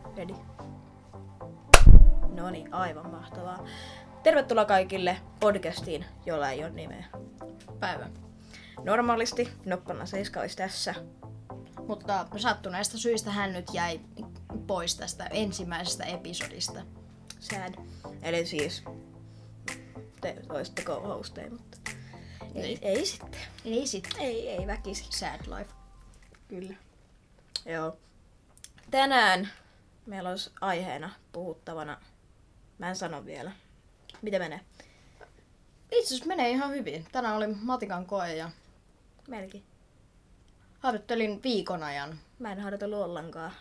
Ready? Noniin, aivan mahtavaa. Tervetuloa kaikille podcastiin, jolla ei ole nimeä. Päivä. Normaalisti Noppana 7 olisi tässä. Mutta sattuneesta syistä hän nyt jäi pois tästä ensimmäisestä episodista. Sad. Eli siis te olisitte co-hosteja, mutta ei sitten. Ei sitten. Ei väkisi. Sad life. Kyllä. Joo. Tänään meillä olisi aiheena puhuttavana. Mä en sano vielä. Miten menee? Itse asiassa menee ihan hyvin. Tänään oli matikan koe ja Melkein. harjoittelin viikon ajan. Mä en harjoitellut ollenkaan.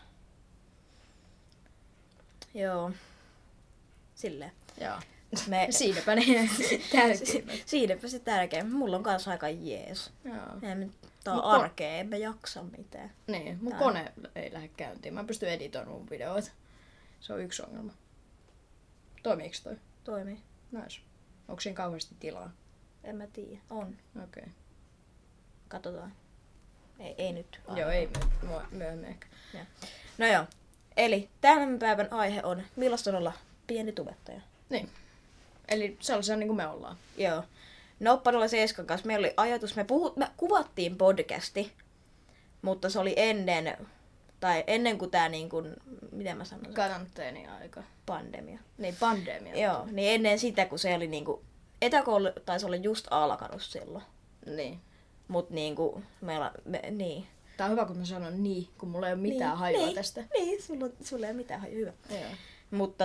Joo. Silleen. Joo. Me... Siinäpä ne tärkeimmät. Siinäpä se tärkeä. Mulla on kanssa aika jees. Joo. Tää on arkea, en mä jaksa mitään. Niin, mun kone ei lähde käyntiin. Mä pystyn editoimaan mun videoita. Se on yksi ongelma. Toimiiko toi? Toimii. Nice. Onko siinä kauheasti tilaa? En mä tiedä. On. Okei. Okay. Katsotaan. Ei nyt. Joo, ei myöhemmin ehkä. Ja. No joo. Eli tämän päivän aihe on, millaista on olla pieni tubettaja. Niin. Eli sellaisia niin kuin me ollaan. Joo. Noppanalla Seiskan kanssa meillä oli ajatus, me kuvattiin podcasti, mutta se oli ennen kuin tää niin kuin, miten mä sanoisin? Karanteeni-aika. Pandemia. Niin, pandemia. Joo, niin ennen sitä, kun se oli niinku, etäkoulu taisi olla just alkanut silloin. Niin. Mut niinku, niin. Tää on hyvä, kun mä sanon niin, kun mulla ei ole mitään hajua tästä. Niin, sulla ei ole mitään hajua, hyvä. Joo. Mutta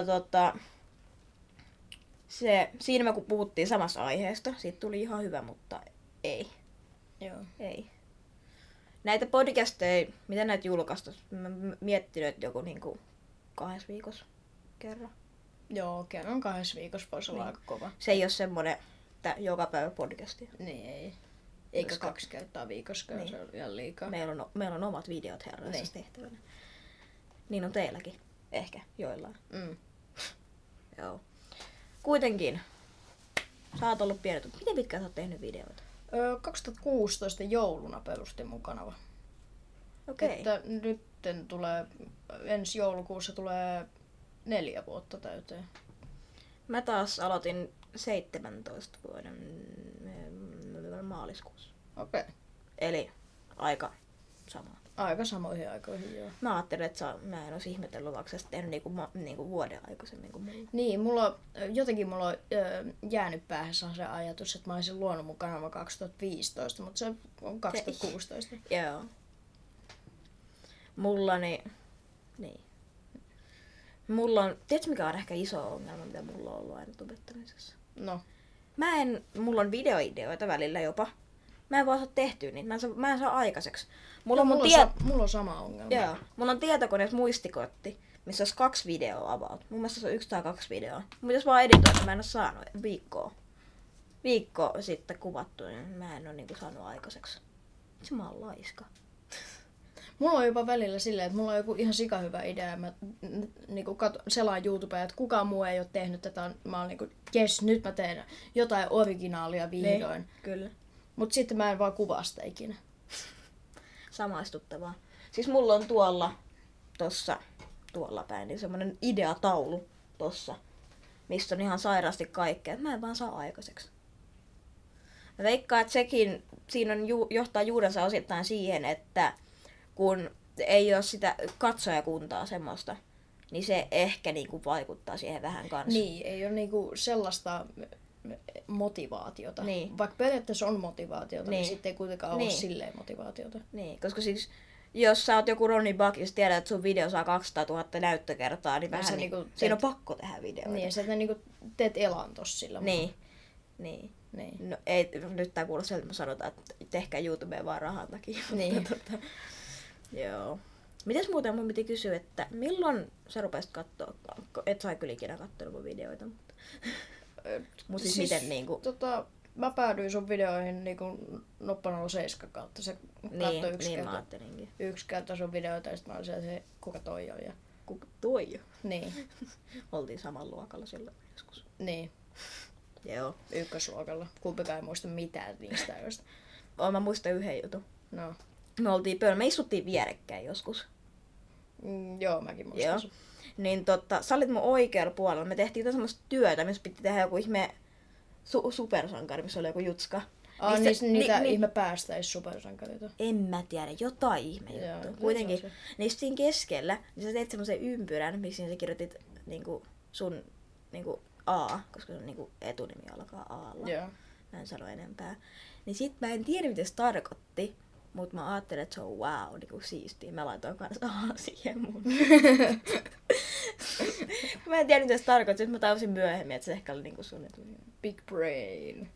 siinä me kun puhuttiin samasta aiheesta, siitä tuli ihan hyvä, mutta ei. Joo. Ei. Näitä podcasteja, mitä näitä julkaista, mä miettinyt, että joku niinku 2 viikossa kerran. Joo, kerran 2 viikossa voisi olla aika kova. Se ei ole semmonen joka päivä podcasti. Niin ei. Eikä Koska 2 kertaa viikossa, niin. se on ihan liikaa. Meillä on omat videot herroissa Niin. tehtävänä. Niin on teilläkin. Ehkä joillain. Mm. Joo. Kuitenkin. Sä oot ollut pieni. Miten pitkään sä oot tehnyt videoita? 2016 jouluna perustin mun kanava. Okei. Että nytten tulee, ensi joulukuussa tulee 4 vuotta täyteen. Mä taas aloitin 17 vuoden maaliskuussa. Okei. Eli aika sama. Aika samoihin aikoihin, joo. Mä ajattelin, että mä en olisi ihmetellyt, vaikka sä tehnyt niinku vuoden aikaisemmin kuin mulla. Niin, mulla on jäänyt päähän se ajatus, että mä olisin luonut mun kanava 2015, mutta se on 2016. Joo. Mulla on, tiedätkö mikä on ehkä iso ongelma, mitä mulla on ollut aina tubettamisessa? No. Mulla on videoideoita välillä jopa. Mä en vaan saa tehtyä niitä, mä en saa aikaiseksi. Mulla on sama ongelma. Joo, mulla on tietokoneessa muistikotti, missä olisi 2 videoa about. Mun mielestä se on 1 tai 2 videoa. Mun pitäisi vaan editoida, mä en oo saanut viikko sitten kuvattu, niin mä en oo niinku saanut aikaiseksi. Se mä oon laiska. Mulla on jopa välillä silleen, että mulla on joku ihan sikahyvä idea ja mä niinku selaan YouTubea, että kukaan muu ei ole tehnyt tätä. Mä oon niinku, jes, nyt mä teen jotain originaalia vihdoin. Niin, kyllä. Mut sitten mä en vaan kuvaa sitä ikinä. Samaistuttavaa. Siis mulla on tuolla päin, niin semmonen ideataulu tossa, mistä on ihan sairaasti kaikkea. Mä en vaan saa aikaiseksi. Mä veikkaan, että siinä on johtaa juurensa osittain siihen, että kun ei ole sitä katsojakuntaa semmoista, niin se ehkä niinku vaikuttaa siihen vähän kanssa. Niin, ei ole niinku sellaista motivaatiota. Niin. Vaikka periaatteessa on motivaatiota, niin sitten ei kuitenkaan niin. ole silleen motivaatiota. Niin, koska siis jos sä oot joku Ronnie Buck ja tiedät, että sun video saa 200 000 näyttökertaa, niin vähän niinku siinä on pakko tehdä videoita. Niin, ja sä niinku teet elantos sillä. Niin. No, ei, nyt tää kuulostaa, että me sanotaan, että tehkää YouTubeen vaan rahan takia. Niin. Joo. Mites muuten mun piti kysyä, että milloin sä rupesit kattoo? Et sä kyllä ikinä kattonut mun videoita, mutta mut siis miten niinku... Mä päädyin sun videoihin niinku Noppanalla 7 kautta. Se kattoi yksi kerta sun videoita ja sit mä olin se kuka toi on. Kuka toi on? Niin. Oltiin samalla luokalla silloin joskus. Niin. Joo. Ykkösluokalla. Kumpikaan ei muista mitään niistä ajoista. Mä muistan yhden jutun. No. Me istuttiin vierekkäin joskus. Joo, mäkin muistan Joo. sen. Niin sä olit mun oikealla puolella. Me tehtiin jotain semmoista työtä, missä piti tehdä joku ihme supersankari, missä oli joku jutska. Niitä ihme päästäis supersankareita. En mä tiedä, jotain ihme juttu. Kuitenkin, niin siinä keskellä, niin sä teit semmoisen ympyrän, missä sä kirjoitit niinku sun niinku A, koska sun niinku etunimi alkaa A:lla. Joo. Mä en sano enempää. Niin sit mä en tiedä, mitä se tarkoitti, mutta mä ajattelin, että se on wow, niinku siistiä. Mä laitoin kanssa A siihen mun. Mä en tiedä, mitä se tarkoitti, että mä tajusin myöhemmin, että se ehkä oli niinku sun etunimi. Big brain.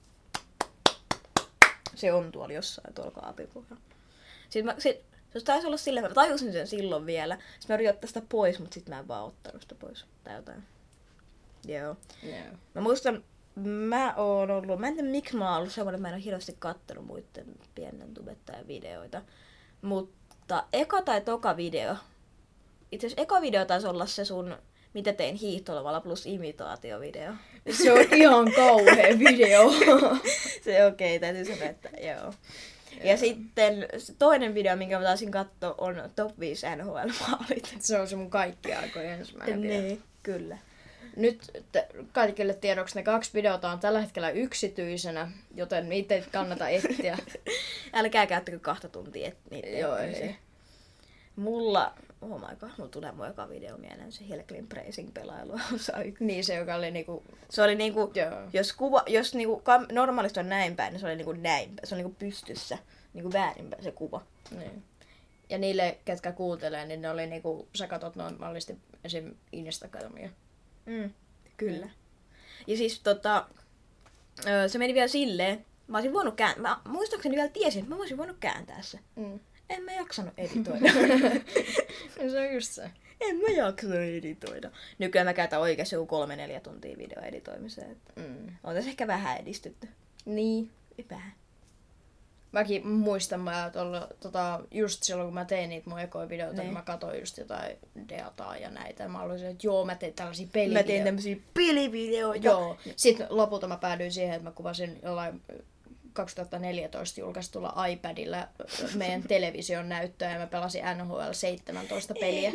Se on tuolla jossain tuolla kaapipuolella. Se taisi olla silleen, mä tajusin sen silloin vielä. Sitten mä yritin ottaa sitä pois, mutta sitten mä en vaan ottanut sitä pois. Tai jotain. Joo. Yeah. Mä muistan, mä en tiedä miksi mä oon ollut semmoinen, että mä en ole hirveästi kattonut muiden pienen tubettajan videoita. Mutta eka tai toka video. Itse asiassa eka video taisi olla se sun mitä tein hiihtolavalla plus imitaatiovideo. Se on ihan kauhea video. Se okei, täytyy sanoa, että joo. Ja sitten se toinen video, minkä mä taisin katsoa, on Top 5 NHL-maalit. Se on se mun kaikki aikojen ensimmäinen video. Niin, kyllä. Nyt kaikille tiedoksi ne 2 videota on tällä hetkellä yksityisenä, joten niitä ei kannata etsiä. Älkää käyttäkö 2 tuntia niitä. Joo, ei. Mulla tulee mun eka video mieleen, se Hillclimb Racing pelailu osa 1. Niin se, joka oli niinku... Se oli niinku, Joo. jos niinku normaalisti on näin päin, niin se oli niinku näin päin. Se oli niinku pystyssä, niinku väärinpäin se kuva. Niin. Ja niille, ketkä kuuntelee, niin ne oli niinku, sä katot normaalisti esim. Instagramia. Kyllä. Ja siis se meni vielä silleen, mä olisin voinut mä muistaakseni vielä tiesin, että mä olisin voinut kääntää se. En mä jaksanut editoida. Se on just se. En mä jaksanut editoida. Nykyään mä käytän oikeasti joku 3-4 tuntia videoeditoimiseen. On tässä ehkä vähän edistytty. Niin. Vähän. Mäkin muistan, just silloin kun mä tein niitä mun ekoja videoita, niin mä katsoin just jotain dataa ja näitä. Ja mä olin että joo, mä tein tällaisia pelivideoita. Mä tein tämmösiä pelivideoita. Joo. Sitten lopulta mä päädyin siihen, että mä kuvasin jollain 2014 julkaistulla iPadilla meidän television näyttöä ja mä pelasin NHL 17 peliä.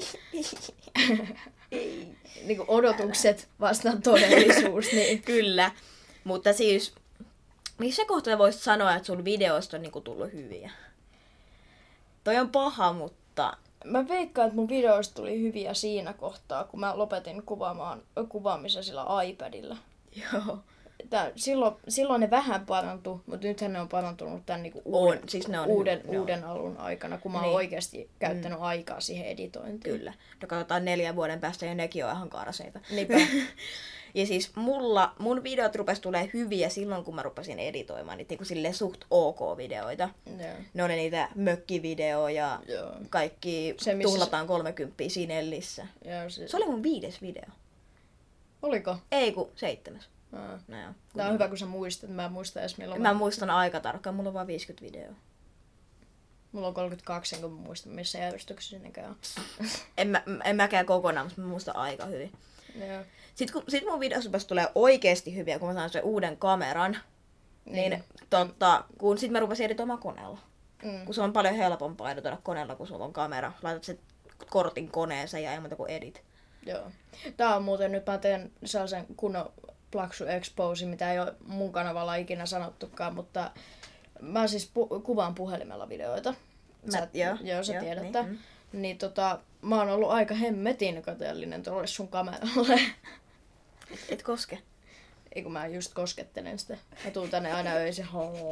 Niin kuin odotukset vastaan todellisuus. Niin. Kyllä. Mutta siis, missä kohtaa voisit sanoa, että sun videoista on niinku tullut hyviä? Toi on paha, mutta... Mä veikkaan, että mun videoista tuli hyviä siinä kohtaa, kun mä lopetin kuvaamisen sillä iPadilla. Joo. Silloin ne vähän parantui, mutta nythän ne on parantunut tämän niinku uuden alun aikana, kun mä oon oikeasti käyttänyt aikaa siihen editointiin. Kyllä. No katsotaan 4 vuoden päästä ja nekin on ihan karseita. Niinpä. Ja siis mun videot rupes tulee hyviä silloin, kun mä rupesin editoimaan niitä niin silleen suht ok-videoita. Joo. Ne oli niitä mökkivideoja ja kaikki se, tuhlataan 30 Sinellissä. Se oli mun 5. video. Oliko? Ei kun 7. No joo. Tää on hyvä, kun sä muistat. Mä en muista edes milloin. Mä muistan aika tarkkaan. Mulla on vaan 50 videoa. Mulla on 32, kun mä muistan missä järjestyksessä nekään on. En mäkään kokonaan, mutta mä muistan aika hyvin. Joo. Sitten mun videossa tulee oikeesti hyviä, kun mä saan sen uuden kameran. Niin kun sit mä rupesin editoimaan koneella. Kun se on paljon helpompaa editoida koneella, kun sulla on kamera. Laitat sen kortin koneeseen ja ei muuta kuin edit. Joo. Tää on muuten, nyt mä teen sellaisen kunnon plaksu expose, mitä ei ole mun kanavalla ikinä sanottukaan, mutta mä siis kuvaan puhelimella videoita. Sä tiedät. Niin mä oon ollut aika hemmetin kateellinen tuolle sun kameralle. Et koske. Ei kun mä just koskettelen sitä. Mä tuun tänne aina öisin.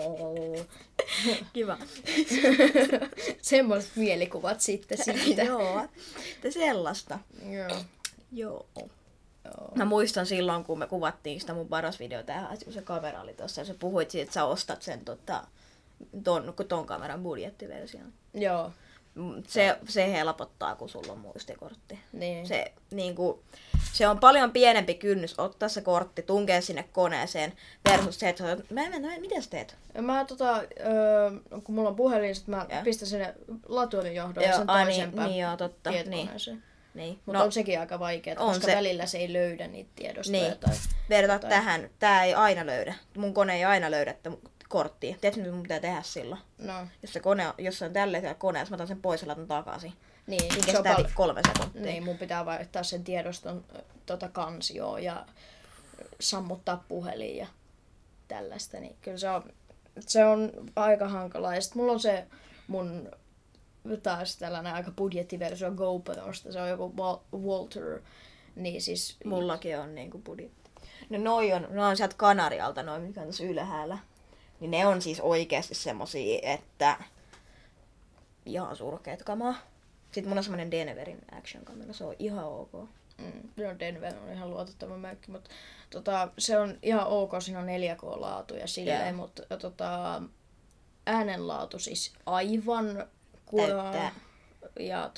Kiva. Semmoiset mielikuvat sitten siitä. Joo, sellaista. Joo. Mä muistan silloin, kun me kuvattiin sitä mun paras video tähän, kun se kamera oli tossa ja sä puhuit siitä, että sä ostat sen ton kameran budjettiversion. Joo. Se helpottaa, kun sulla on muistikortti. Niin. Se on paljon pienempi kynnys ottaa se kortti, tunkea sinne koneeseen versus se, että miten sä teet? Mä kun mulla on puhelin, sit mä pistän sinne laturin johdon ja sen toisempään tietokoneeseen. Niin. Mutta on sekin aika vaikeaa, koska välillä se ei löydä niitä tiedostoja. Niin. Vertaa tähän. Tää ei aina löydä. Mun kone ei aina löydä korttia. Tiedätkö, mitä mun pitää tehdä silloin? No. Jos se on tälleen siellä koneessa, mä otan sen pois ja laitan takaisin. Niin, Siinä se on kestää 3 sekuntia. Niin, mun pitää vaihtaa sen tiedoston kansioon ja sammuttaa puhelin ja tällaista. Niin kyllä se on aika hankalaa. Ja sit mulla on se mun taas tällainen aika budjettiversio GoProsta. Se on joku Walter. Niin siis... Mullakin on niinku budjetti. No noi on sieltä Kanarialta, noin mitkä on tässä ylhäällä. Niin ne on siis oikeasti semmosia, että ihan surkeet kamaa. Sitten mulla on semmonen Denverin action-kamera, se on ihan ok. No Denver on ihan luotettava merkki, mutta se on ihan ok, siinä on 4K-laatu ja silleen, mutta äänenlaatu siis aivan kuraa. Ja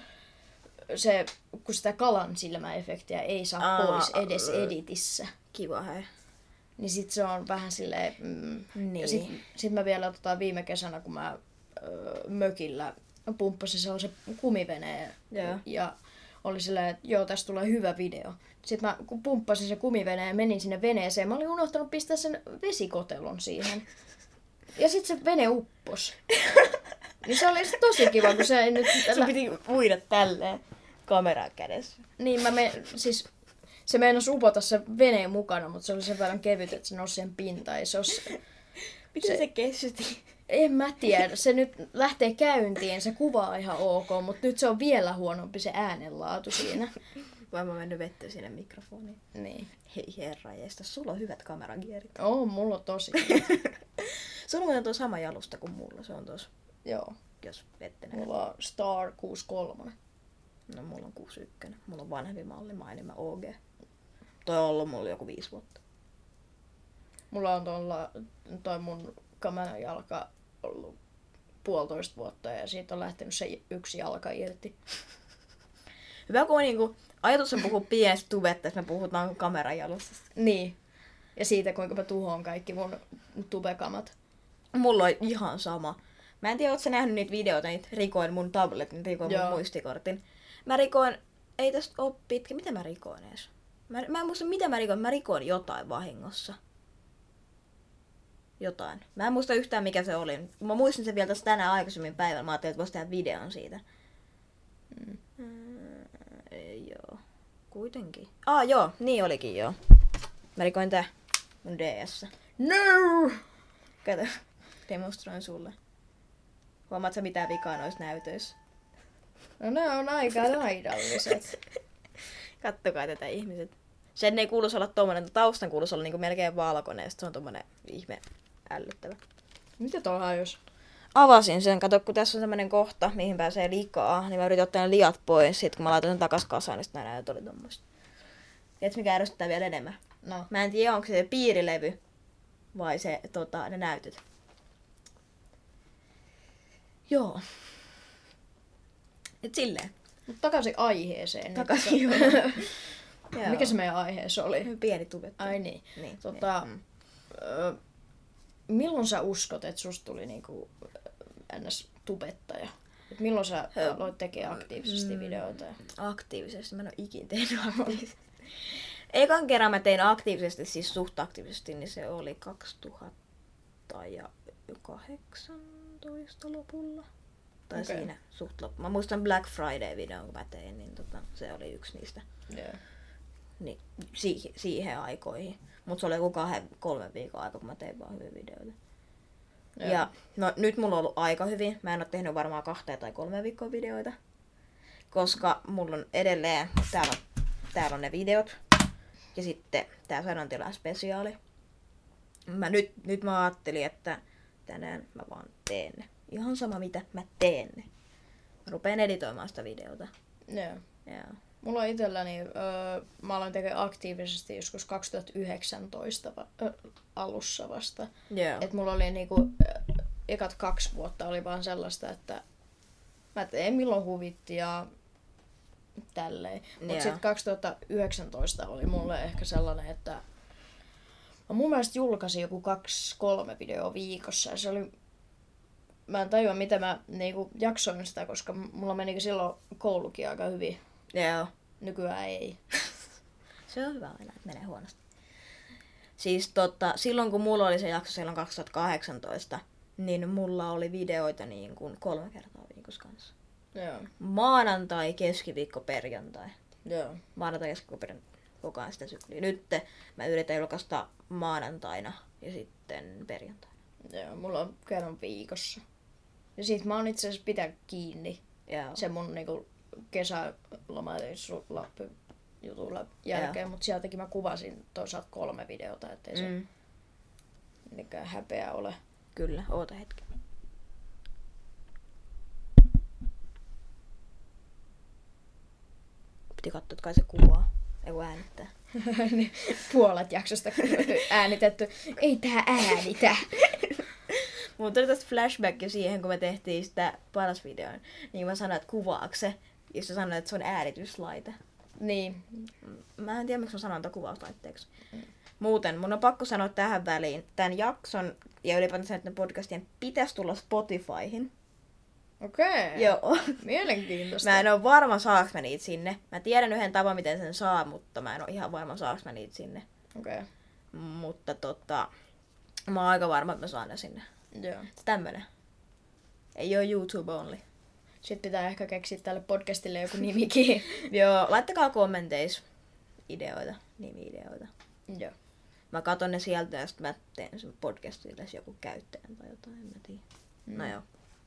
se, kun sitä kalan silmäefektiä ei saa pois edes editissä. Kiva hei. Niin sit se on vähän silleen... Niin. Ja sit mä vielä viime kesänä, kun mä mökillä pumppasin sellaisen kumiveneen. Ja oli silleen, että joo, tästä tulee hyvä video. Sitten mä kun pumppasin se kumiveneen ja menin sinne veneeseen, mä olin unohtanut pistää sen vesikotelon siihen. Ja sitten se vene uppos. Niin se oli tosi kiva, kun se ei nyt... Sun piti uida tälleen kameran kädessä. Niin, siis se meinasi upota se veneen mukana, mutta se oli sen verran kevyt, että se nousi sen pintaan. Miten se kesti? En mä tiedä. Se nyt lähtee käyntiin, se kuvaa ihan ok, mutta nyt se on vielä huonompi se äänenlaatu siinä. Vai mä mennyt vettyä sinne mikrofoniin. Niin. Hei herranjeesta, sulla on hyvät kameragierit. Mulla on tosi. Sulla on tuo sama jalusta kuin mulla, se on tuossa. Joo. Jos ette näe. Mulla on Star 63. No mulla on 61. Mulla on vanhempi malli, mä enemmän OG. Toi on ollut mulla joku 5 vuotta. Mulla on toi mun kameran jalka ollut 1,5 vuotta ja siitä on lähtenyt se yksi jalka irti. Hyvä kun niinku, ajatus on puhua pienestä tubetta, että me puhutaan kameran jalustasta. Niin. Ja siitä kuinka mä tuhoan kaikki mun tubekamat. Mulla on ihan sama. Mä en tiedä, ootko sä nähnyt niitä videoita, niitä rikoin mun tabletin, rikoin mun muistikortin. Mä rikoin, ei tästä oo pitkä, mitä mä rikoin edes? Mä en muista mitä mä rikoin jotain vahingossa. Jotain. Mä en muista yhtään mikä se oli. Mä muistin sen vielä tässä tänään aikaisemmin päivällä. Mä ajattelin, että vois tehdä videon siitä. Joo. Kuitenkin. Joo. Niin olikin joo. Mä rikoin tää mun DS. No! Kato. Demonstroin sulle. Huomaat sä mitään vikaa noissa näytöissä? No ne on aika raidalliset. Kattokaa tätä ihmiset. Sen ei kuuluisi olla tommonen, taustan kuuluisi olla niinku melkein valkoinen, ja se on tommonen ihme ällöttävä. Mitä tuolla hajus? Avasin sen, kato kun tässä on semmonen kohta, mihin pääsee likaa, niin mä yritin ottaa ne liat pois, sit kun mä laitoin sen takas kasaan, niin sit nämä näytöt oli tommoista. Tiedätkö mikä ärsyttää vielä enemmän? No. Mä en tiedä onko se piirilevy vai se ne näytöt. Joo. Et silleen. Mut takaisin aiheeseen. Takaisin joo. Mikä se meidän aiheessa oli? Pieni tubetti. Ai niin. Milloin sä uskot, että susta tuli niinku NS-tubettaja? Et milloin sä aloit tekemään aktiivisesti videoita? Aktiivisesti? Mä en oo ikin tehnyt aktiivisesti. Ekan kerran mä tein aktiivisesti, siis suht aktiivisesti, niin se oli 2018 lopulla. Tai siinä suht loppu. Mä muistan Black Friday-videon, kun mä tein, niin se oli yksi niistä. Yeah. Niin, siihen aikoihin. Mut se oli joku 2-3 viikon aika, kun mä tein vaan hyviä videoita. Yeah. Ja no, nyt mulla on ollut aika hyvin. Mä en oo tehnyt varmaan 2 tai 3 viikkoa videoita. Koska mulla on edelleen, täällä on ne videot. Ja sitten tää 100 tilan spesiaali. Nyt mä ajattelin, että tänään mä vaan teen ne. Ihan sama mitä mä teen ne. Mä rupeen editoimaan sitä videota. Yeah. Yeah. Mulla on itselläni, mä aloin tekemään aktiivisesti joskus 2019 alussa vasta. Yeah. Et mulla oli niinku, ekat 2 vuotta oli vaan sellaista, että mä teen milloin huvitti ja tälleen. Mut sit 2019 oli mulle ehkä sellainen, että mä mun mielestä julkaisin joku 2-3 videoa viikossa. Ja se oli, mä en tajua mitä mä niinku jaksoin sitä, koska mulla meni silloin koulukin aika hyvin. Joo. Nykyään ei. Se on hyvä aina, että menee huonosti. Siis silloin kun mulla oli se jakso silloin 2018, niin mulla oli videoita niin kuin 3 kertaa viikossa kanssa. Joo. Maanantai, keskiviikko, perjantai. Joo. Maanantai, keskiviikko, perjantai. Koko ajan sitä sykliä. Nyt mä yritän julkaista maanantaina ja sitten perjantaina. Joo, mulla on kerran viikossa. Ja sit mä oon itse asiassa pitää kiinni Joo. se mun niinku kesälomareissu jutulla jälkeen, mutta sieltäkin mä kuvasin toisaalta 3 videota, ettei se mikään häpeä ole. Kyllä, oota hetki. Piti katsoa, että kai se kuvaa. Ei kun äänittää. Puolet jaksosta äänitetty. Ei tää äänitä. Mulla tuli tästä flashback jo siihen, kun me tehtiin sitä paras videon. Niin mä sanoin, että kuvaako se. Ja sä sanoit, että se on äänityslaite. Niin. Mä en tiedä, miksi mä sanon tämän kuvauslaitteeksi. Muuten, mun on pakko sanoa tähän väliin. Tämän jakson ja ylipäätään näiden podcastien pitäisi tulla Spotifyhin. Okei. Joo. Mielenkiintoista. Mä en oo varma, saaks mä niitä sinne. Mä tiedän yhden tavan, miten sen saa, mutta mä en oo ihan varma, saaks mä niitä sinne. Okei. Mutta mä oon aika varma, että mä saan ne sinne. Joo. Tämmönen. Ei oo YouTube only. Sitten pitää ehkä keksiä tälle podcastille joku nimikin. Joo, laittakaa kommenteissa ideoita, nimi-ideoita. Joo. Mä katon ne sieltä ja sitten mä teen sen podcastille joku käyttäjän tai jotain, en mä tiedä. No joo.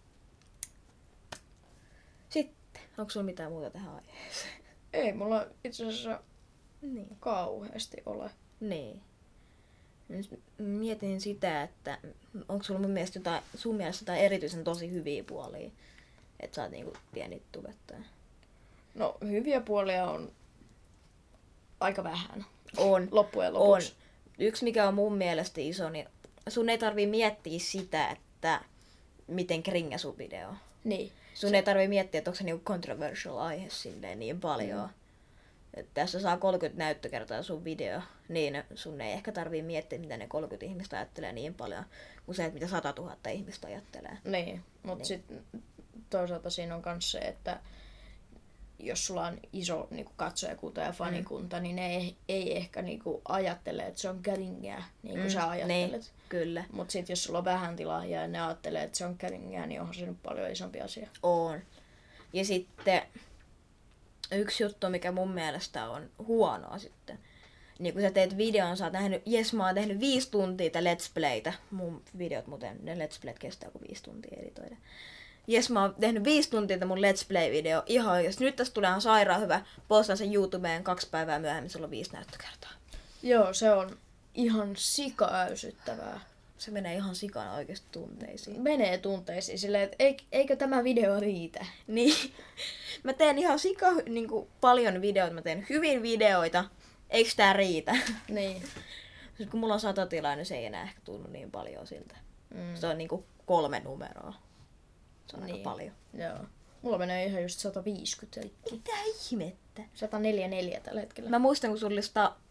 Sitten, onko sulla mitään muuta tähän aiheeseen? Ei mulla itse asiassa Niin. kauheasti ole. Niin. Nyt mietin sitä, että onko sulla sun mielestä jotain erityisen tosi hyviä puolia, että sä oot niinku pieni tubettaja? No, hyviä puolia on aika vähän. On. Loppujen lopuksi. On. Yksi mikä on mun mielestä iso, niin sun ei tarvii miettiä sitä, että miten kringe sun video on. Niin. Sun ei tarvii miettiä, että onko se niinku controversial aihe silleen niin paljon. Että tässä saa 30 näyttökertaa sun video, niin sun ei ehkä tarvii miettiä, mitä ne 30 ihmistä ajattelee niin paljon, kuin se, että mitä 100 000 ihmistä ajattelee. Niin, mutta sitten toisaalta siinä on myös se, että jos sulla on iso niinku katsojakunta ja fanikunta, niin ne ei ehkä niinku ajattele, että se on käringeä, niin kuin sä ajattelet. Niin, kyllä. Mutta sitten jos sulla on vähän tilaajia ja ne ajattelee, että se on käringeä, niin onhan se nyt paljon isompi asia. On. Ja sitten yksi juttu, mikä mun mielestä on huonoa sitten. Niin kun sä teet videon, sä oot nähnyt, mä oon tehnyt 5 tuntia Let's Playtä. Mun videot muuten, ne Let's Playt kestää kuin 5 tuntia editoida. Mä oon tehnyt 5 tuntia mun Let's Play-video ihan oikeesti. Nyt tästä tulee ihan sairaan hyvä. Postaan sen YouTubeen 2 päivää myöhemmin, sulla on 5 näyttökertaa. Joo, se on ihan sika-äysyttävää. Se menee ihan sikana oikeesti tunteisiin. Menee tunteisiin silleen, että eikö tämä video riitä? Niin. Mä teen ihan niinku, paljon videoita, mä teen hyvin videoita. Eiks tää riitä? Niin. Siis kun mulla on 100 tilaa, niin se ei enää ehkä tunnu niin paljon siltä. Se on niinku 3 numeroa. Se on aika paljon. Joo. Mulla menee ihan just 150 rikki. Mitä ihmettä? 144 tällä hetkellä. Mä muistan, kun sulla oli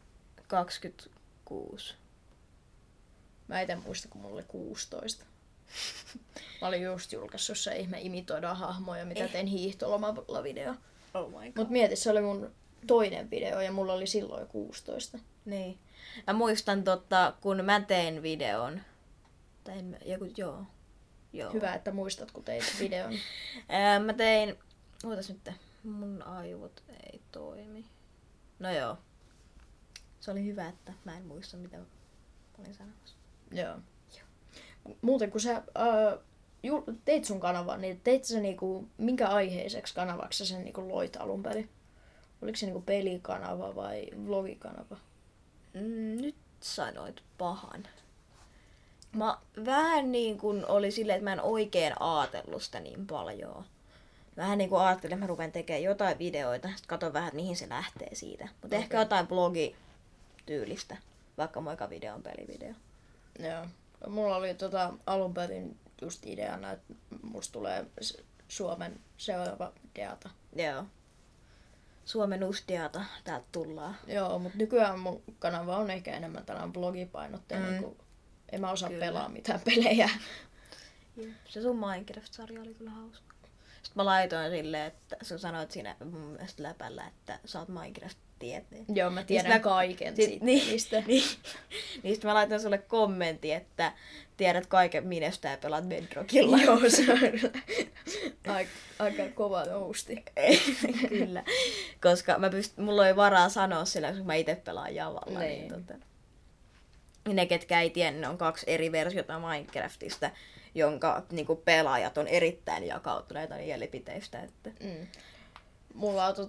126. Mä ite muista, kun mulla oli 16. Mä olin just julkaissut se ihme imitoidaan hahmoja, mitä tein hiihtolomalla video. Oh my god. Mut mieti, se oli mun toinen video ja mulla oli silloin 16. Niin. Mä muistan kun mä tein videon. Joo. Hyvä, että muistat, kun teit videon. Mä tein... Ootas nyt, mun aivot ei toimi. No joo. Se oli hyvä, että mä en muista, mitä olin sanomassa. Joo. Muuten kun sä teit sun kanavan, niin teit sä niinku, minkä aiheiseksi kanavaksi sä sen niinku loit alun perin? Oliko se niinku pelikanava vai vlogikanava? Nyt sanoit pahan. Mä vähän niin kuin oli silleen, että mä en oikein ajatellut sitä niin paljon. Vähän niin kuin ajattelin, että mä rupean tekemään jotain videoita, sit katon vähän, että mihin se lähtee siitä. Mutta ehkä jotain blogityylistä, vaikka moika video on pelivideo. Joo. Mulla oli alun perin just ideana, että musta tulee Suomen seuraava Deata. Joo. Suomen Deata, täältä tullaan. Joo, mutta nykyään mun kanava on ehkä enemmän tällainen blogipainotteinen, kun en mä osaa pelaa mitään pelejä. Se sun Minecraft-sarja oli kyllä hauska. Sitten mä laitoin silleen, että sä sanoit siinä mun mielestä läpällä, että sä oot Minecraft-tieteen. Joo, mä tiedän kaiken siitä. Niin, niin sit mä laitoin sulle kommentin, että tiedät kaiken minestä ja pelaat Bedrockilla. Joo, se on aika kova nousti. Kyllä, koska mulla oli varaa sanoa sillä, koska mä itse pelaan Javalla. Niin, ne, ketkä ei tiedä, ne on 2 eri versiota Minecraftista, jonka niinku, pelaajat on erittäin jakautuneita mielipiteistä. Että... Mulla on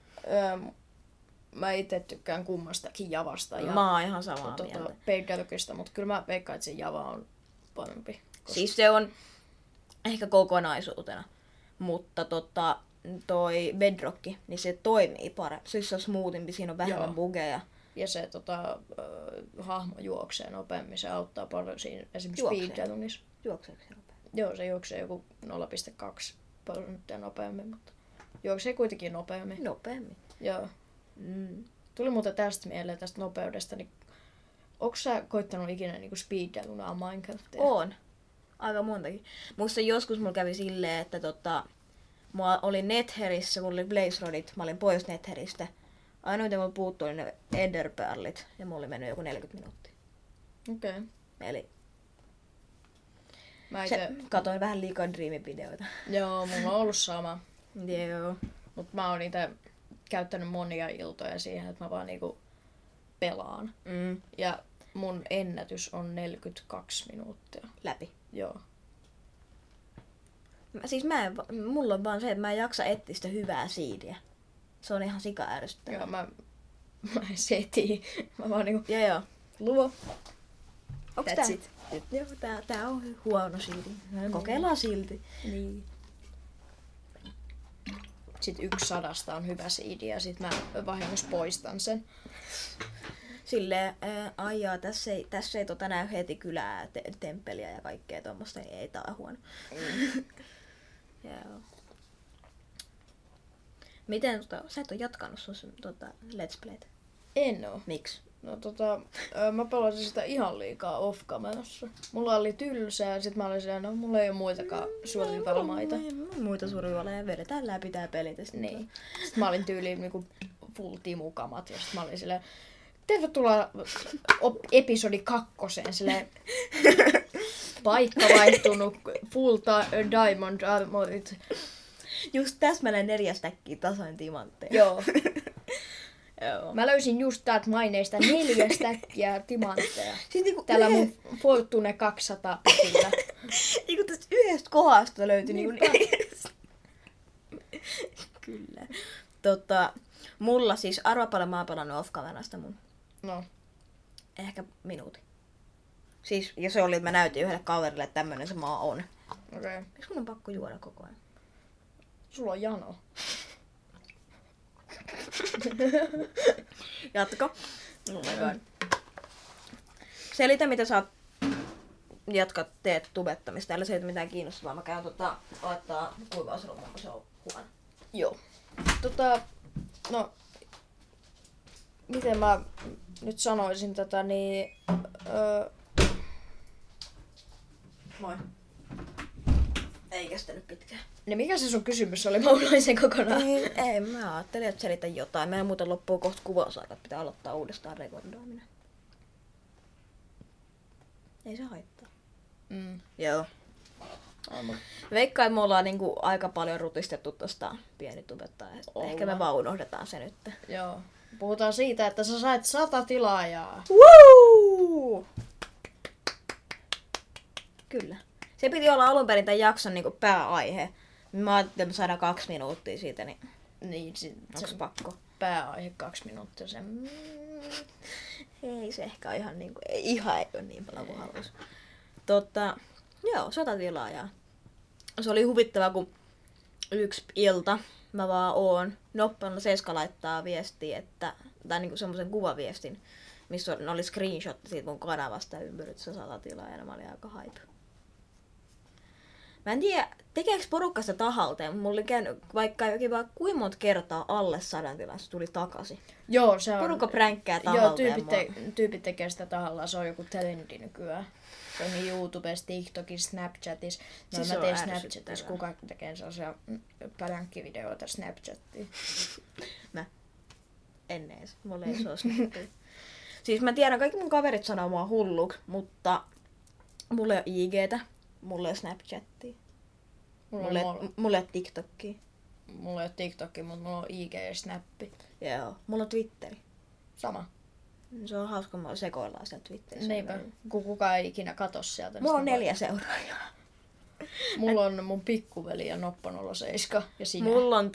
mä itse tykkään kummastakin Javasta ja mä oon ihan samaa mieltä. Bedrockista, mutta kyllä mä veikkaan, että se Java on parempi. Koska... Siis se on ehkä kokonaisuutena, mutta toi Bedrock, niin se toimii paremmin. Siis se on smoothimpi, siinä on vähemmän bugeja. Ja se hahmo juoksee nopeammin, se auttaa paljon siinä esimerkiksi speedrunissa. Juokseeko se nopeammin? Joo, se juoksee joku 0,2% nopeammin, mutta juoksee kuitenkin nopeammin. Nopeammin? Joo. Tuli muuten tästä mieleen, tästä nopeudesta, niin onko sä koittanut ikinä niinku speedrunaa Minecraftia? Oon. Aika montakin. Musta joskus mulla kävi silleen, että mulla oli Netherissä, mulla oli Blaze Rodit, mä olin pois Netheristä. Ainoa mitä mulla puuttui oli ne Enderpearlit ja mulla oli mennyt joku 40 minuuttia. Okei. Okay. Eli katoin vähän liikaa Dream-videoita. Joo, mulla on ollut sama. Joo. Mut mä oon itse käyttänyt monia iltoja siihen, että mä vaan niinku pelaan. Ja mun ennätys on 42 minuuttia. Läpi? Joo. Mulla on vaan se, että mä en jaksa etsiä sitä hyvää siidiä. Se on ihan sika ärsyttävää. Joo, mä setiin. Mä vaan niinku... Joo. Luo. Onks That's it. Joo, tää on huono siidi. Kokeillaan silti. Niin. Sitten 1/100 on hyvä siidi ja sit mä vahingossa poistan sen. Silleen, aijaa, tässä ei näy heti kylää, temppeliä ja kaikkea tommoista, niin ei tää on huono. Joo. Miten sä et oo jatkanut sun Let's Playtä? En oo. Miksi? No mä pelasin sitä ihan liikaa off-kamerassa. Mulla oli tylsää ja sit mä olin siellä, no mulla ei oo muitakaan survival-maita. Muita survival-maita, vedetään läpi tää peli tästä. Niin. Sitten mä olin tyyliin niinku full timukamat ja sit mä olin silleen, tervetuloa episodi 2, silleen paikka vaihtunut, full diamond armorit. Just täsmälleen 4 stäkkiä tasoin timantteja. Joo. Joo. Mä löysin just täältä maineista 4 stäkkiä timantteja. Siis niinku täällä mun Fortune 200 pitillä. Niinku tästä yhdestä kohdasta löytyi niinku Kyllä. Mulla siis, arva paljon mä oon pelannut off-kamerasta mun. No. Ehkä minuutin. Siis, ja se oli, että mä näytin yhdelle kaverille, että tämmönen se maa on. Okei. Okay. Miksi mun on pakko juoda koko ajan? Sulla on jano. Jatko. Oh my god. Selitä, mitä sä teet tubettamista. Älä selitä mitään kiinnostavaa. Mä käyn laittaa kuivausruumaan, kun se on huono. Joo. No, miten mä nyt sanoisin tätä, niin... Moi. Ei kestänyt pitkään. Niin mikä se sun kysymys oli? Mä unoin sen kokonaan. Ei, mä ajattelin, että selitä jotain. Meidän muuten loppuu kohta kuvausaika, että pitää aloittaa uudestaan rekordoiminen. Ei se haittaa. Joo. Veikkaan, että me ollaan niinku aika paljon rutistettu tosta pieni tubettaa. Ehkä me vaan unohdetaan se nyt. Joo. Puhutaan siitä, että sä sait 100 tilaajaa. Woo! Kyllä. Se piti olla alun perin tämän jakson niinku pääaihe. Mä ajattelin, että me saadaan 2 minuuttia siitä, niin onks pakko? Pääaihe 2 minuuttia sen. Ei se ehkä ihan niinku, ei ole niin paljon kuin halus. Joo, 100 tilaajaa. Se oli huvittava, kun yksi ilta mä vaan oon. Noppana Seska laittaa viestiä, tai niinku semmosen kuvaviestin, missä oli screenshot siitä mun kanavasta ja ympäröissä 100 tilaajaa, ja mä olin aika hype. Mä en tiedä, tekeekö porukasta tahalteen, mutta mulla oli käynyt vaikka jokin vaan kuinka monta kertaa alle 100 tilassa tuli takaisin. Joo, se on... Porukka pränkkää Joo, tahalteen. tyypit tekee sitä tahallaan, se on joku trendi nykyään. Se on niin YouTubessa, TikTokissa, Snapchatissa. No Siis mä se teen on Snapchatissa, ärsyttävää. kuka tekee sellaisia päränkkivideoita Snapchattiin. Mä en ees. Mulla ei se ole snappia. Siis mä tiedän, kaikki mun kaverit sanoo mua hulluksi, mutta mulla ei ole IGtä, mulla ei ole Snapchattia, mulla ei ole TikTokia. Mulla ei ole TikTokki, mutta mulla on IG ja Snappi. Joo, mulla on Twitteri. Sama. Se on hauska, kun sekoillaan siellä Twitterissä. Neipä, kun kukaan ei ikinä katso sieltä. Mulla on 4 seuraajaa. Mulla on mun pikkuveli ja Noppa 07 ja sinä. Mulla on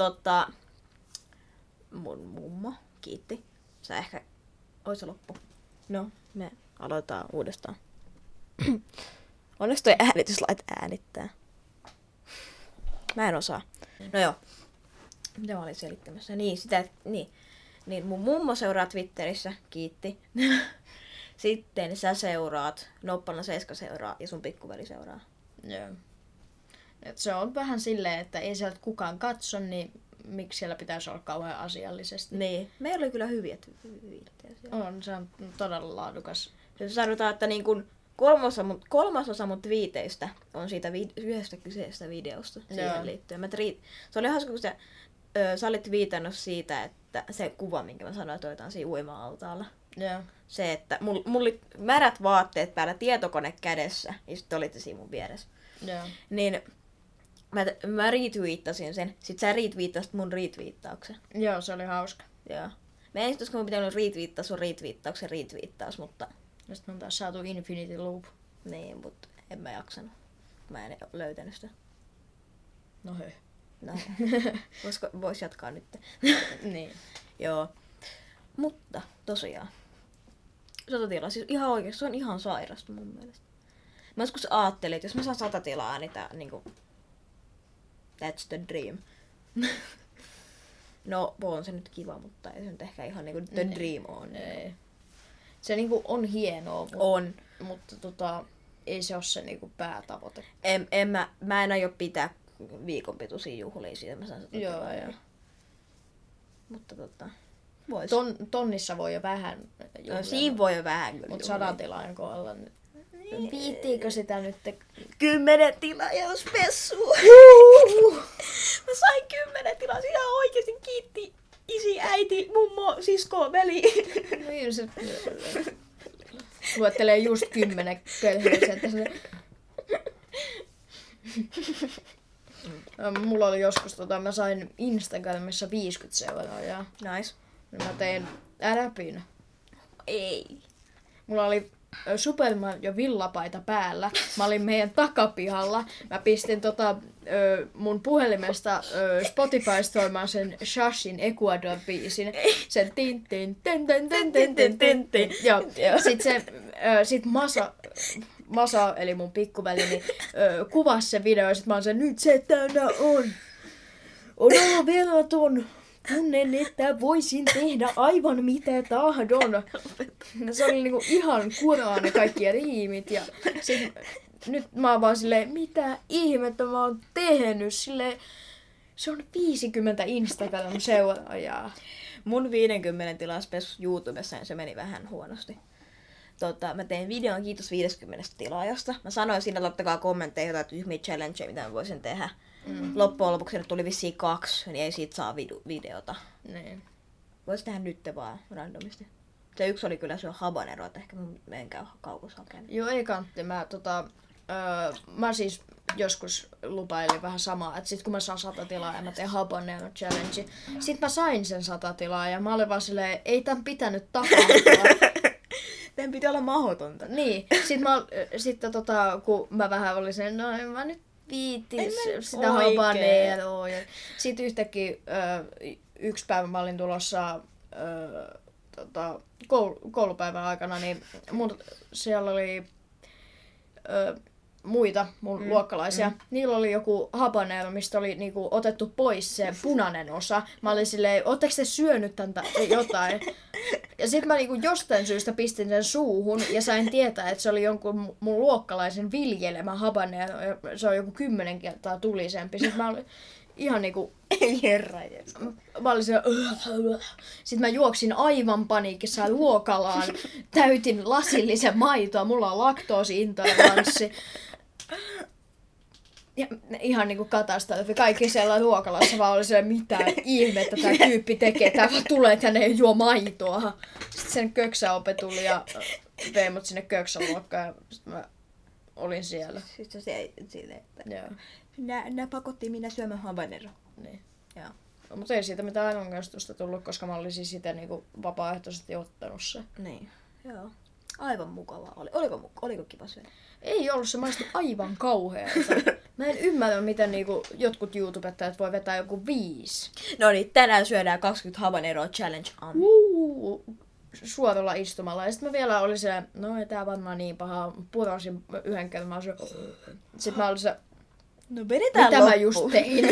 mun mummo, kiitti. Sä ehkä, ois se loppu. No, me aloitetaan uudestaan. Onneksi toi äänityslaite äänittää. Mä en osaa. No joo. Mitä mä olin selittämässä? Niin, mun mummo seuraa Twitterissä, kiitti. Sitten sä seuraat, Noppana 7 seuraa ja sun pikkuveli seuraa. Joo. Et se on vähän silleen, että ei sieltä kukaan katso, niin miksi siellä pitäisi olla kauhean asiallisesti. Niin, meillä oli kyllä hyviä viittejä siellä. On, se on todella laadukas. Sanotaan, että niin kun kolmasosa mun twiiteistä on siitä yhdestä kyseisestä videosta siihen liittyen. Se oli hauska, kun sä olit viitannut siitä, että se kuva, minkä mä sanoin, että otetaan siinä uima-altaalla. Joo. Se, että mulla oli märät vaatteet päällä, tietokone kädessä, ja sitten olitte siinä mun vieressä. Joo. Niin mä retweettasin sen, sit sä retweettasit mun retweettauksen. Joo, se oli hauska. Joo. Mä en koska mun pitänyt retweettaa sun retweettaus, mutta... Ja sit me on taas saatu Infinity Loop. Niin, mutta en mä jaksanut. Mä en löytänyt sitä. No hei. No, vois jatkaa nyt. Niin. Joo. Mutta tosiaan. Sotatila, siis ihan oikeesti, se on ihan sairasta mun mielestä. Mä joskus ajattelin, että jos mä saan 100 tilaa, niin tää niinku... That's the dream. No, on se nyt kiva, mutta ei se nyt ehkä ihan niinku the dream on. Ei. Se niinku on hienoa, On. Mutta ei se ole se niinku päätavoite. Mä en aio pitää viikon pituisia juhlia siitä, mä saan 100 tilaa. Joo. Mutta vois. Tonnissa voi jo vähän No, siinä voi jo vähän kyllä. Mutta 100 tilaan kohdalla nyt. Viittiinkö sitä nyt? 10 tilaajaspessua. Mä sain 10 tilaa. Sinä oikeesti kiitti isi, äiti, mummo, sisko, veli. Niin se luettelee just 10 köyhyysiä. Mulla oli joskus, mä sain Instagramissa 50 seuraajaa. Nice. Mä tein räpin. Ei. Mulla oli Superman ja villapaita päällä. Mä olin meidän takapihalla. Mä pistin mun puhelimesta Spotifysta soimaan sen Shashin Ecuador-biisin. Sen tin tin tin tin tin tin tin tin tin. Joo. Sit Masa, eli mun pikkuveli, niin kuvasi sen video ja sit mä oon sen, nyt se täynnä on olla verraton. Tunnen, että voisin tehdä aivan mitä tahdon. Se oli niinku ihan kuraan ne kaikki riimit. Ja nyt mä oon vaan silleen, mitä ihmettä mä oon tehnyt. Silleen, se on 50 Instagram-seuraajaa. Mun 50 tilaspessu YouTubessa, niin se meni vähän huonosti. Mä tein videon, kiitos 50 tilaajasta. Mä sanoin siinä, laittakaa kommentteja jotain tyhmiä challengeja, mitä mä voisin tehdä. Loppujen lopuksi nyt tuli vissiin 2, niin ei siitä saa videota. Niin. Vois tehdä nyt vaan randomisti. Se yksi oli kyllä se habanero, että ehkä mä en käy kaukos hakemaan. Joo, ei kantti. Mä siis joskus lupailin vähän samaa, että sit kun mä saan 100 tilaa ja mä teen habanero challenge, sit mä sain sen 100 tilaa ja mä olin vaan silleen, ei tän pitänyt tapahtua. Tän piti olla mahdotonta. Niin, sitten kun mä vähän olin sen, no en mä nyt viitis sitä habaneroa. Sitten yhtäkkiä yksi päivä mä olin tulossa koulupäivän aikana, niin siellä oli muita mun luokkalaisia. Niillä oli joku habanero, mistä oli niinku otettu pois se punainen osa. Mä olin silleen, ootteko te syönyt tän jotain? Ja sit mä niinku jostain syystä pistin sen suuhun ja sain tietää, että se oli jonkun mun luokkalaisen viljelemä habanero. Ja se on joku 10 kertaa tulisempi. Sit mä olin ihan niinku... Ei herra. Mä olin siellä... Sitten mä juoksin aivan paniikissa luokalaan. Täytin lasillisen maitoa. Mulla on laktoosi-intoleranssi. Ja ihan niinku katastrofi. Kaikki siellä ruokalassa vaan oli siellä, mitä ihmettä tää tyyppi tekee. Tää vaan tulee tänne ja juo maitoa. Sitten sen köksäope tuli ja vei mut sinne köksäluokkaan ja sit mä olin siellä. Sitten se silleen, että Joo. nää pakotti minä syömään habanero. Niin. Joo. Mutta ei siitä mitään rangaistusta tullut, koska mä olin siis sitä niinku vapaaehtoisesti ottanut se. Niin. Joo. Aivan mukavaa oli. Oliko kiva syödä? Ei ollut, se maistui aivan kauhealta. Mä en ymmärrä, miten niinku jotkut YouTubettajat voi vetää joku 5. No niin, tänään syödään 20 habanero challenge on. Suoralla istumalla. Ja sitten mä vielä olin se, no ei tää varmaan niin paha. Purosin yhden kerran. Sitten mä olin se, No vedetään mitä mä just tein.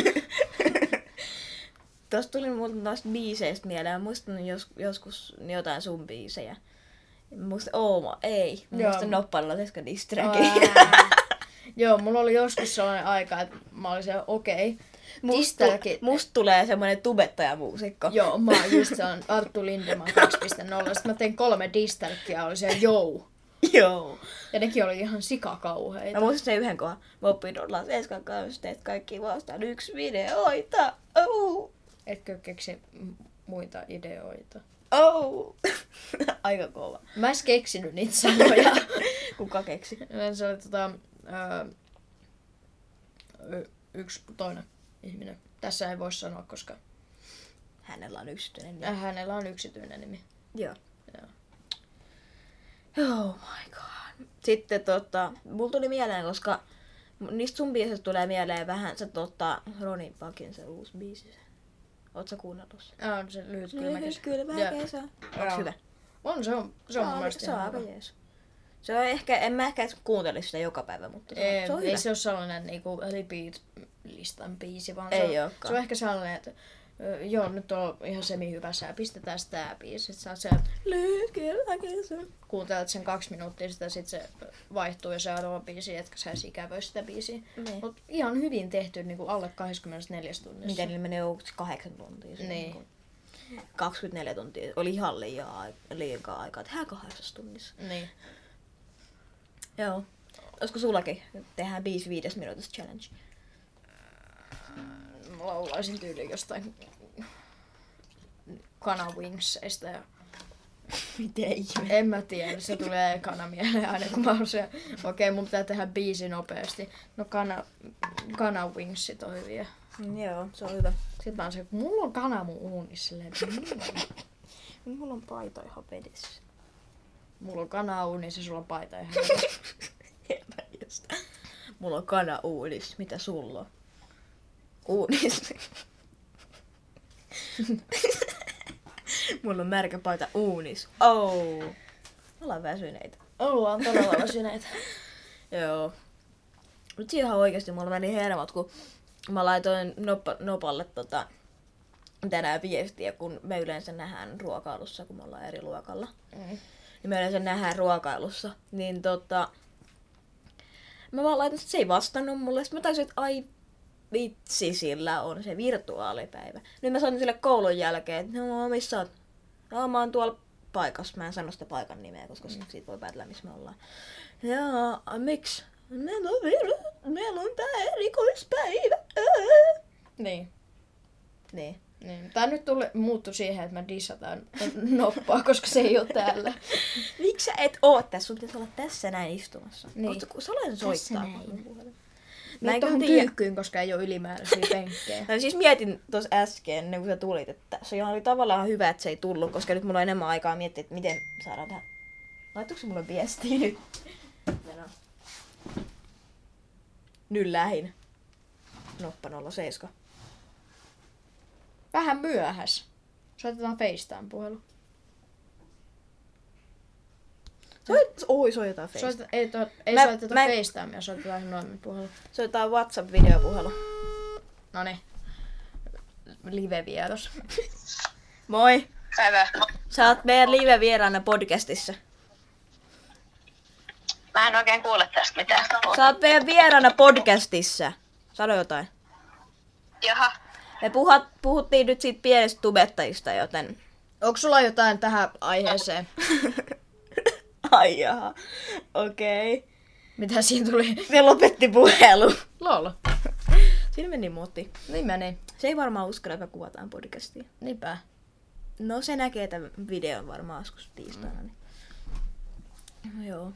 Tuosta tuli mulle noista biiseistä mieleen. Muistan joskus jotain sun biisejä. Muistan Ooma, ei. Muistan Noppalalla Teska Distracki. Joo, mulla oli joskus sellainen aika, että mä olin se, okei. Musta tulee semmonen tubettajamuusikko. Joo, mä oon just sellainen Arttu Lindeman 2.0. Sitten mä tein 3 distalkia, oli se jou. Joo. Ja nekin oli ihan sikakauheita. Mä muistan sen yhden kohan. Mä opin olla 7 kansteet kaikki vastaan 1 videoita. Etkö keksi muita ideoita? Aika kova. Mä en keksinyt niitä sanoja. Kuka keksi? Se oli yksi toinen ihminen. Tässä ei voi sanoa, koska Hänellä on yksityinen nimi. hänellä on yksityinen nimi. Joo. Joo. Oh my god. Sitten mulla tuli mieleen, koska niistä sun biisistä tulee mieleen vähän se Ronin Pakin se uusi biisi. Oot sä kuunnellut sen? On se lyhyt kylmä kesä. Kylmä kesä. Onks hyvä? Se on mun mielestä Se on ihan aika hyvä. jees. Se on ehkä, en mä ehkä kuuntelisi sitä joka päivä, mutta se on hyvä. Ei se ole sellainen niinku repeat-listan biisi, vaan Ei se olekaan. on ehkä sellainen, että joo, nyt on ihan semi-hyvässä ja pistetään sitä biisi. Sä se Lyhyt kylmä kesä. kuuntelet sen 2 minuuttia, sitä sit se vaihtuu ja seuraava biisi, etkä sä edes ikävöi sitä biisiä. Niin. Mut ihan hyvin tehty niinku alle 24 tunnissa. Miten niillä menee 8 tuntia? Se Niin. 24 tuntia. Oli ihan liikaa aikaa. Tehdään 8 tunnissa. Niin. Joo. Olisiko sullakin? Tehdään 5 minuutista challenge. Mä laulaisin tyyliin jostain Kana-Wingsseistä ja Miten ihme? en mä tiedä, se tulee ekana mieleen aina kun mä oon se, okei, mun pitää tehdä biisi nopeasti. No Kana-Wingsit on hyviä. Joo, se on hyvä. Sitten mä oon se, mulla on kana mun uunissa silleen, Mulla on paita ihan vedessä. mulla on kana uunissa ja sulla on paita ihan Just. Mulla on kana uunis. Mitä sulla on? Uunis. Mulla on märkä paita uunis. Oh. Ollaan väsyneitä. Ollaan todella väsyneitä. Joo. Mut ihan oikeesti mulla meni hermot, kun mä laitoin Nopalle tänään viestiä, kun me yleensä nähdään ruokailussa, kun me ollaan eri luokalla. Niin me yleensä nähdään ruokailussa. Niin mä vaan laitan, että se ei vastannut mulle. Sitten mä taisin, että ai vitsi, sillä on se virtuaalipäivä. Nyt mä sanoin sille koulun jälkeen, että no missä oot? No mä oon tuolla paikassa. Mä en sano sitä paikan nimeä, koska siitä voi päätellä, missä me ollaan. Jaa, miksi? Meillä on tää erikoispäivä. Niin. Niin. Niin. Tää nyt muuttui siihen, että mä dissataan Noppaa, koska se ei oo täällä. Miksi sä et oo tässä? Sun pitäisi olla tässä näin istumassa. Niin. Salainen soittaa. Mä en tohon kyykkyyn, koska ei oo ylimääräisiä penkkejä. Mä siis mietin tuossa äsken, ennen kuin sä tulit, että se oli tavallaan hyvä, että se ei tullut, koska nyt mulla on enemmän aikaa miettiä, että miten saadaan tähän. Laittuuko se mulle viestiä nyt? Meno. Nyt lähin. Noppa 07. Vähän myöhäs. Soitetaan FaceTime-puhelu. Soitetaan FaceTime. Ei soiteta FaceTimea, soitetaan ihan noimin puhelu. Soitetaan WhatsApp-videopuhelu. Noniin. Live-vieros. Moi! Päivä. Sä oot meidän live-vieraana podcastissa. Mä en oikein kuule tästä mitään. Sä oot meidän vieraana podcastissa. Sano jotain. Jaha. Me puhuttiin nyt siitä pienestä tubettajista, joten... Onko sulla jotain tähän aiheeseen? Ai jaha. Okei. Okay. Mitä siinä tuli? Se lopetti puhelu. Lol. Siinä meni muotti. Niin meni. Se ei varmaan uskalla, että me kuvataan podcastia. Niinpä. No se näkee tämän videon varmaan joskus tiistaina. Niin. No joo.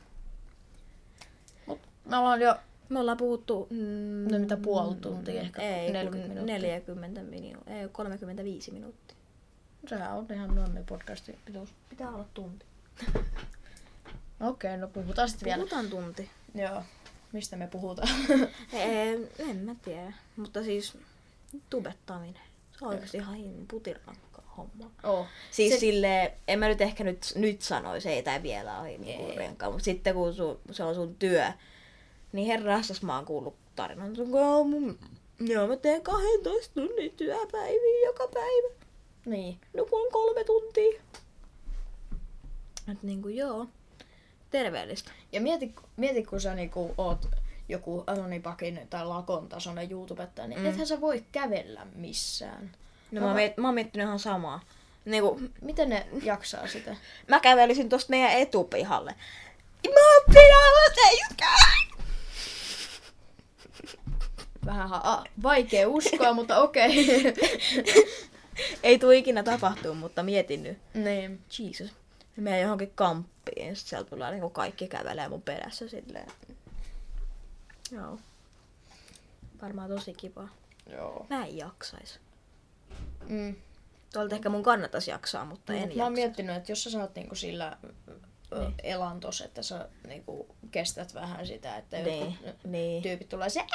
Me ollaan puhuttu... No mitä puoli tuntia ehkä? Ei, 40 minuuttia. 40 minuuttia. Ei, 35 minuuttia. Sehän on ihan noin podcastin pituus. Pitää olla tunti. Okei, no puhutaan sitten vielä. Puhutaan tunti. Joo. Mistä me puhutaan? En mä tiedä. Mutta siis tubettaminen. Se on oikeasti ihan putirankka homma. Oh. Siis silleen, en mä nyt ehkä nyt sanoisi, ei tää vielä ole rankkaa, mutta sitten kun se on sun työ, niin herrastas mä oon kuullut tarinan. Joo, mä teen 12 tunnin työpäiviä joka päivä. Niin. Nukun 3 tuntia. Et niinku joo, terveellistä. Ja mieti kun sä niinku oot joku Anonipakin tai Lakon tasoinen YouTubettaja, niin ethän sä voi kävellä missään. No mä oon miettinyt ihan samaa. Niinku, miten ne jaksaa sitä? mä kävelisin tosta meidän etupihalle. Mä oon pihalla seiskään! Vähän vaikea uskoa, mutta okei. Ei tuu ikinä tapahtuu, mutta mietin nyt. Niin. Jesus. Mä menen johonkin kamppiin ja sit sieltä tulee niinku kaikki kävelee mun perässä silleen. Joo. Varmaan tosi kivaa. Joo. Mä en jaksais. Tuolta Ehkä mun kannattaisi jaksaa, mutta en jaksa. Mä oon miettinyt, että jos sä saat niinku sillä elantos, että sä niinku kestät vähän sitä, että jotkut tyypit tulee se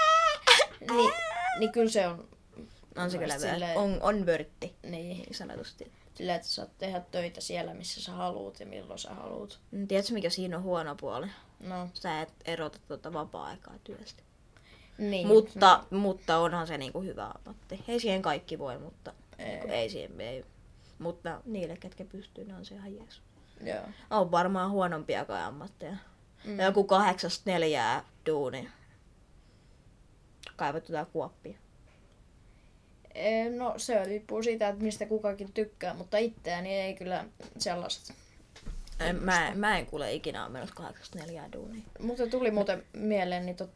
niin kyllä se on... On se kyllä on vörtti. Niin sanotusti. Silleen, että sä saat tehdä töitä siellä, missä sä haluut ja milloin sä haluut. Tiedätkö, mikä siinä on huono puoli? No. Sä et erota vapaa-aikaa työstä. Niin. Mutta onhan se niinku hyvä ammatti. Ei siihen kaikki voi, mutta ei. Mutta niille, ketkä pystyy, niin on se ihan jees. Joo. On varmaan huonompiakaan ammatteja. Joku 8-4 duuni. Kaivat jotain kuoppia. No se riippuu siitä, että mistä kukakin tykkää, mutta itseäni ei kyllä sellaiset. Mä en kuule ikinä ole menossa 8-4 duunia. Mutta tuli muuten mieleen, niin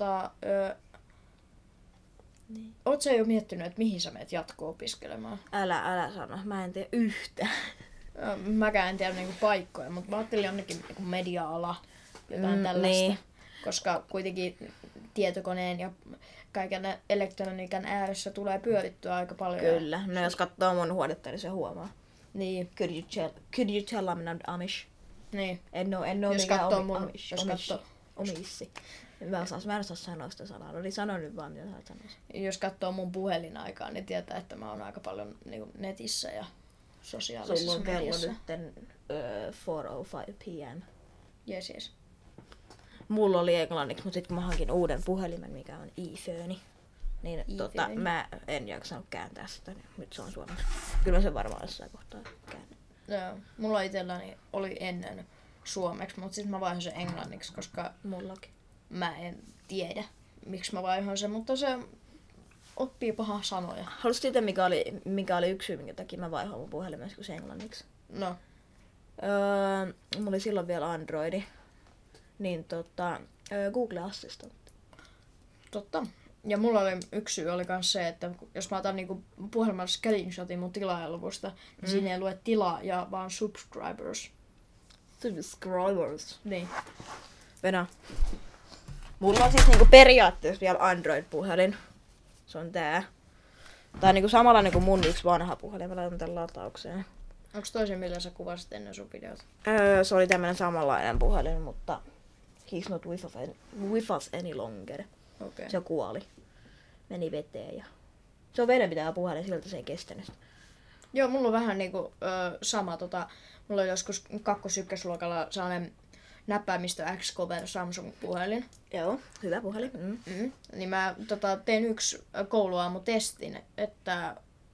niin. Oot sä jo miettinyt, että mihin sä menet jatko-opiskelemaan? Älä sano, mä en tiedä yhtään. Mäkään en tiedä niinku paikkoja, mutta mä ajattelin jonnekin niinku media-ala, jotain tällaista. Niin. Koska kuitenkin tietokoneen ja kaiken elektroniikan ääressä tulee pyörittyä aika paljon. Kyllä, no jos katsoo mun huonetta, niin se huomaa. Niin. Could you tell I'm not Amish? Niin. En oo jos katsoo mun... Omissi. Mä en osaa sanoa sitä sanaa, no niin sano nyt vaan mitä sä sanois. Jos katsoo mun puhelinaikaa, niin tietää, että mä oon aika paljon niin netissä ja sosiaalisessa mediassa. Sulla on kello nyt 4:05 p.m. Yes. Mulla oli englanniksi, mutta sitten kun mä hankin uuden puhelimen, mikä on iPhone, niin mä en jaksanut kääntää sitä, niin nyt se on suomeksi. Kyllä mä sen varmaan jossain kohtaa käännän. Joo, mulla itselläni oli ennen suomeksi, mutta sitten mä vaihoin sen englanniksi, koska mullakin. Mä en tiedä, miksi mä vaihoin sen, mutta se oppii pahaa sanoja. Haluaisit tietää, mikä oli yksi syy, minkä takia mä vaihoin mun puhelimessa, kun se englanniksi? No. Mulla oli silloin vielä Androidi. Niin Google Assistant. Totta. Ja mulla oli yksi syy oli kans se, että jos mä otan niinku puhelimella screenshotin mun tilaajaluvusta, niin siinä ei lue tilaaja, vaan subscribers. Subscribers. Niin. Venä. Mulla on siis niinku periaatteessa vielä Android-puhelin. Se on tää. Tää on niinku samanlainen kuin mun yksi vanha puhelin. Mä laitan tän lataukseen. Onks toisen, millä sä kuvasit ennen sun videota? Se oli tämmönen samanlainen puhelin, mutta he's not with us any longer. Okay. Se kuoli. Meni veteen ja... Se on vedenpitävä puhelin, siltä se ei kestänyt. Joo, mulla on vähän niinku sama mulla oli joskus 2-1-luokalla sellainen näppäimistö X-Cover Samsung-puhelin. Joo, hyvä puhelin. Niin mä tein yksi kouluaamutestin, että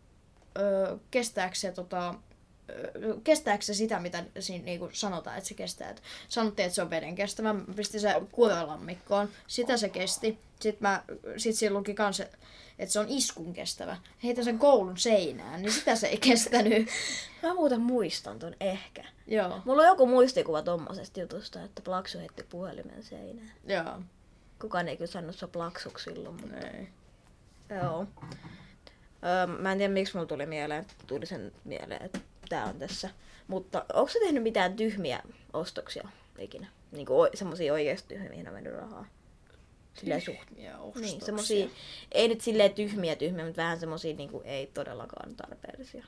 kestääkö se sitä, mitä siinä niinku sanotaan, että se kestää. Et sanottiin, että se on veden kestävä. Mä pistin se kuorolammikkoon. Sitä se kesti. Sitten siinä luki kans, että se on iskun kestävä. Heitän sen koulun seinään, niin sitä se ei kestänyt. Mä muuten muistan ton ehkä. Joo. Mulla on joku muistikuva tommosesta jutusta, että Plaksu heitti puhelimen seinään. Joo. Kukaan ei kyllä sanonut se Plaksuksi silloin, mutta... Ei. Joo. Mä en tiedä, miksi mulla tuli sen mieleen, että tää on tässä. Mutta onko sä tehnyt mitään tyhmiä ostoksia ikinä? Niinku semmosia oikeesti tyhmiä, mihin on mennyt rahaa? Silleen Tyhmiä ostoksia. Niin, semmosia, ei nyt silleen tyhmiä, mutta vähän semmosia niinku ei todellakaan tarpeellisia.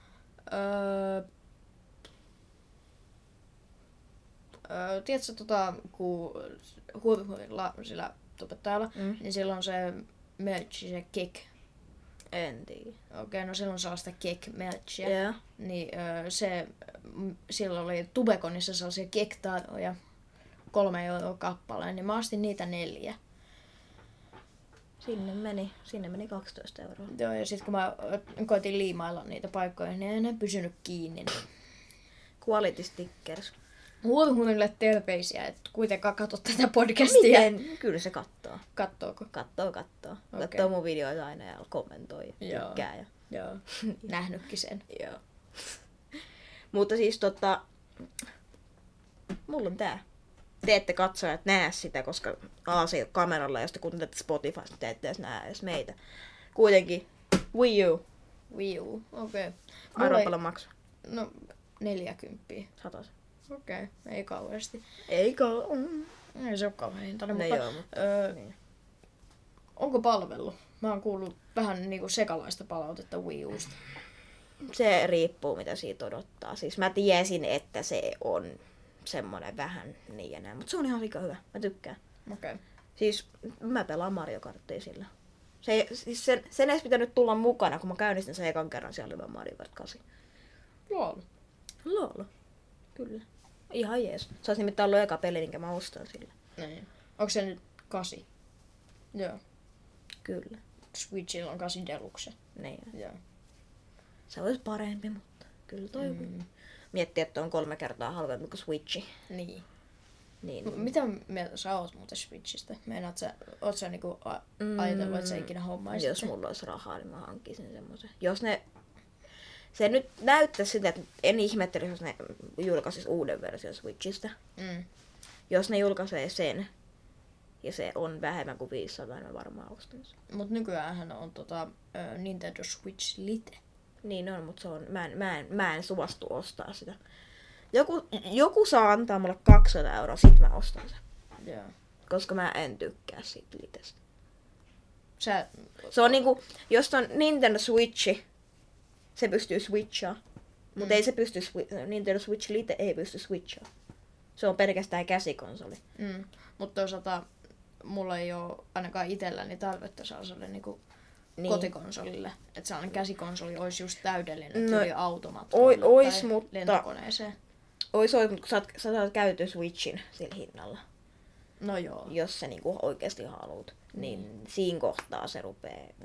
Tiedätkö, kun huivilla sillä tubettajalla, niin silloin se merch, se kick. En tiedä. Okei, no silloin sellaista kick-merchia. Yeah. Niin silloin oli Tubekonissa sellaisia kick-taroja, 3 € kappaleen, niin mä ostin niitä 4. Sinne meni 12 €. Joo, ja sitten kun mä koitin liimailla niitä paikkoja, niin ei enää pysynyt kiinni. Quality stickers. Huonuille terveisiä, että kuitenkaan katso tätä podcastia. Miten? Kyllä se kattoo. Kattooko? Kattoo. Okei. Kattoo mun videoita aina ja kommentoi ja Joo. tykkää. Ja... Joo, nähnytkin sen. Joo. Mutta siis mulla on tää. Te ette katsojat näe sitä, koska se ei ole kameralla, ja sitten kun kuuntelette Spotifysta, te ette edes näe edes meitä. Kuitenkin Wii U. Wii U, okei. Arvaa paljon maksaa. No, 40. 100. Okei, ei kauheasti. Eikö? Ei se ole kauhean hintainen, No mutta, joo, mutta niin. onko palvellut? Mä oon kuullut vähän niinku sekalaista palautetta Wii Usta. Se riippuu, mitä siitä odottaa. Siis mä tiesin, että se on semmonen vähän niin ja näin, mutta se on ihan aika hyvä. Mä tykkään. Okei. Siis mä pelaan Mario Karttia sillä. Sen ei pitänyt tulla mukana, kun mä käynnistin sen ekan kerran, siellä oli vaan Mario Kart 8. Lol. Kyllä. Ihan jees. Se olisi nimittäin ollut eka peli, minkä mä ostan sillä. Niin. Onko se nyt 8? Joo. Kyllä. Switchilla on 8 Deluxe. Niin. Joo. Se olisi parempi, mutta kyllä toi miettii, että on 3 kertaa halvempi kuin Switchi. Niin. Niin. Mitä mieltä sä oot muuten Switchistä? Oot sä niinku ajatellut, että sä ikinä hommaisit Jos sen? mulla olisi rahaa, niin mä hankkisin semmoisen. Se nyt näyttää sitä, että en ihmettelisi, jos ne julkaisis uuden version Switchistä. Jos ne julkaisee sen, ja se on vähemmän kuin 500, niin mä varmaan ostan sen. Mut nykyäänhän on Nintendo Switch Lite. Niin on, mutta se on, mä en suostu ostaa sitä. Joku saa antaa mulle 200 €, sit mä ostan sen. Joo. Koska mä en tykkää siitä Litestä. Sä... Se on niinku, jos on Nintendo Switchi, se pystyy switchaa. Mutta ei se pysty, Nintendo Switch Lite ei pysty switchaa. Se on pelkästään käsikonsoli. Mutta toisaalta mulla ei ole ainakaan itselläni tarvetta sellaiselle niinku kotikonsolille. Että sellainen käsikonsoli olisi just täydellinen tuli automatkoille ois, tai mutta lentokoneeseen. Ois, kun sä saat käytetty Switchin sillä hinnalla. No joo. Jos sä niinku oikeesti haluut. Niin siinä kohtaa se rupee...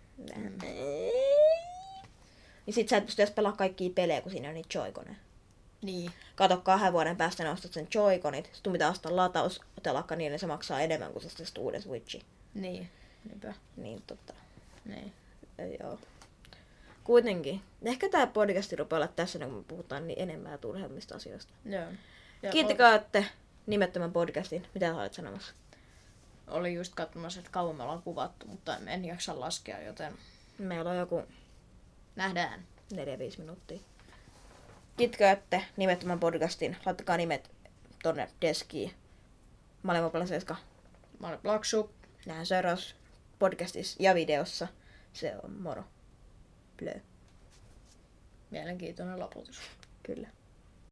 Niin sit sä et pysty edes pelaa kaikkia pelejä, kun siinä on niitä Joy-Coneja. Niin. Kato, 2 vuoden päästä ne ostat sen Joy-Conit, sit sun pitää ostaa latautelakka niin, niin se maksaa enemmän kuin se uuden Switchin. Niin. Niinpä. Niin Niin. joo. Kuitenkin. Ehkä tää podcasti rupeaa olla tässä, kun me puhutaan niin enemmän ja turhemmista asioista. Joo. Ja Kiittäkää, että nimettömän podcastin. Mitä sä olet sanomassa? oli just katsomassa, että kauan me ollaan kuvattu, mutta en jaksa laskea, joten Meillä on joku nähdään. 4-5 minuuttia. Kiittäkää nimettömän podcastin. Laittakaa nimet tonne deskiin. Mä olen Mopala Seska. Mä olen Plaksu. Nähdään seuraavassa podcastissa ja videossa. Se on moro. Plö. Mielenkiintoinen loputus. Kyllä.